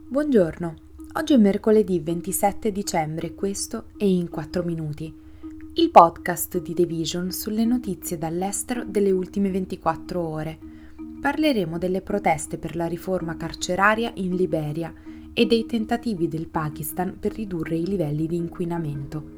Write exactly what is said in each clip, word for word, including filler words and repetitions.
Buongiorno, oggi è mercoledì ventisette dicembre e questo è In quattro minuti, il podcast di The Vision sulle notizie dall'estero delle ultime ventiquattro ore. Parleremo delle proteste per la riforma carceraria in Liberia e dei tentativi del Pakistan per ridurre i livelli di inquinamento.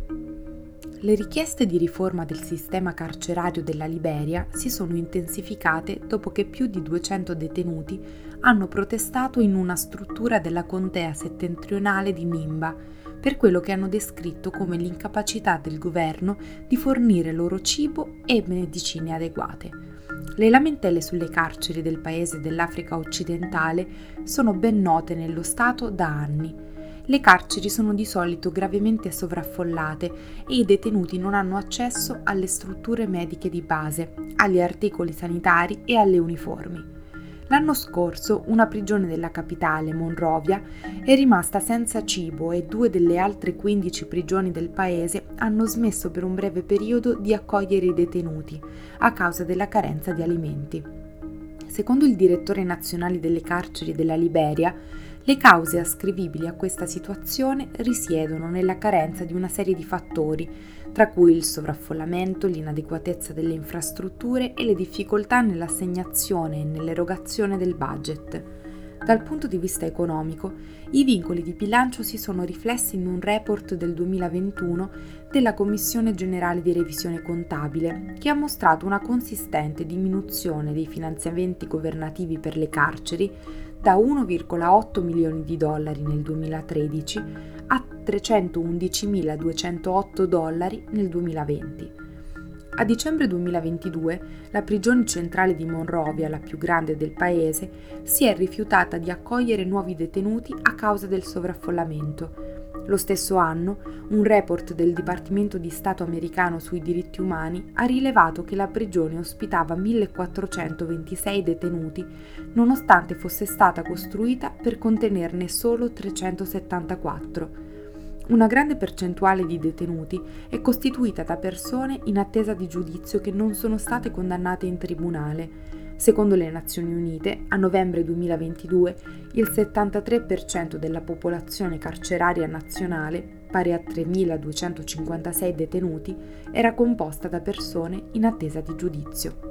Le richieste di riforma del sistema carcerario della Liberia si sono intensificate dopo che più di duecento detenuti hanno protestato in una struttura della contea settentrionale di Nimba per quello che hanno descritto come l'incapacità del governo di fornire loro cibo e medicine adeguate. Le lamentele sulle carceri del paese dell'Africa occidentale sono ben note nello Stato da anni. Le carceri sono di solito gravemente sovraffollate e i detenuti non hanno accesso alle strutture mediche di base, agli articoli sanitari e alle uniformi. L'anno scorso una prigione della capitale, Monrovia, è rimasta senza cibo e due delle altre quindici prigioni del paese hanno smesso per un breve periodo di accogliere i detenuti a causa della carenza di alimenti. Secondo il direttore nazionale delle carceri della Liberia, le cause ascrivibili a questa situazione risiedono nella carenza di una serie di fattori, tra cui il sovraffollamento, l'inadeguatezza delle infrastrutture e le difficoltà nell'assegnazione e nell'erogazione del budget. Dal punto di vista economico, i vincoli di bilancio si sono riflessi in un report del duemilaventuno della Commissione Generale di Revisione Contabile, che ha mostrato una consistente diminuzione dei finanziamenti governativi per le carceri da uno virgola otto milioni di dollari nel duemilatredici a trecentoundicimiladuecentootto dollari nel duemilaventi. A dicembre duemilaventidue, la prigione centrale di Monrovia, la più grande del paese, si è rifiutata di accogliere nuovi detenuti a causa del sovraffollamento. Lo stesso anno, un report del Dipartimento di Stato americano sui diritti umani ha rilevato che la prigione ospitava millequattrocentoventisei detenuti, nonostante fosse stata costruita per contenerne solo trecentosettantaquattro. Una grande percentuale di detenuti è costituita da persone in attesa di giudizio che non sono state condannate in tribunale. Secondo le Nazioni Unite, a novembre duemilaventidue, il settantatré per cento della popolazione carceraria nazionale, pari a tremiladuecentocinquantasei detenuti, era composta da persone in attesa di giudizio.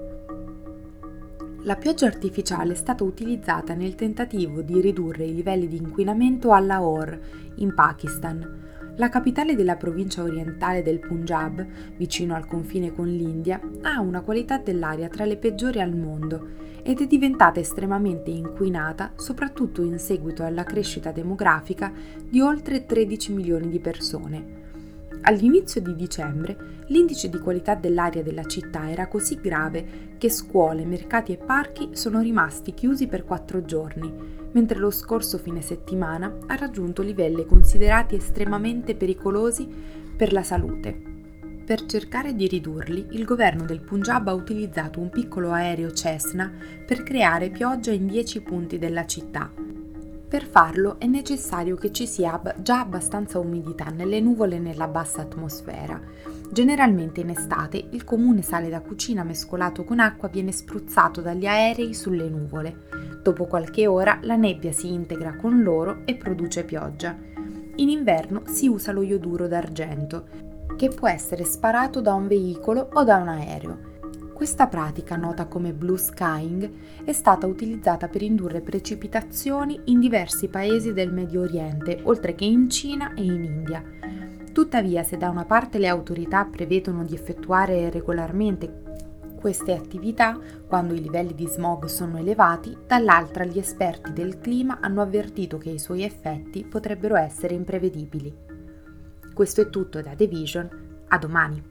La pioggia artificiale è stata utilizzata nel tentativo di ridurre i livelli di inquinamento a Lahore, in Pakistan. La capitale della provincia orientale del Punjab, vicino al confine con l'India, ha una qualità dell'aria tra le peggiori al mondo ed è diventata estremamente inquinata soprattutto in seguito alla crescita demografica di oltre tredici milioni di persone. All'inizio di dicembre l'indice di qualità dell'aria della città era così grave che scuole, mercati e parchi sono rimasti chiusi per quattro giorni, mentre lo scorso fine settimana ha raggiunto livelli considerati estremamente pericolosi per la salute. Per cercare di ridurli, il governo del Punjab ha utilizzato un piccolo aereo Cessna per creare pioggia in dieci punti della città. Per farlo è necessario che ci sia già abbastanza umidità nelle nuvole e nella bassa atmosfera. Generalmente in estate il comune sale da cucina mescolato con acqua viene spruzzato dagli aerei sulle nuvole. Dopo qualche ora la nebbia si integra con loro e produce pioggia. In inverno si usa lo ioduro d'argento, che può essere sparato da un veicolo o da un aereo. Questa pratica, nota come blue skying, è stata utilizzata per indurre precipitazioni in diversi paesi del Medio Oriente, oltre che in Cina e in India. Tuttavia, se da una parte le autorità prevedono di effettuare regolarmente queste attività quando i livelli di smog sono elevati, dall'altra gli esperti del clima hanno avvertito che i suoi effetti potrebbero essere imprevedibili. Questo è tutto da The Vision, a domani!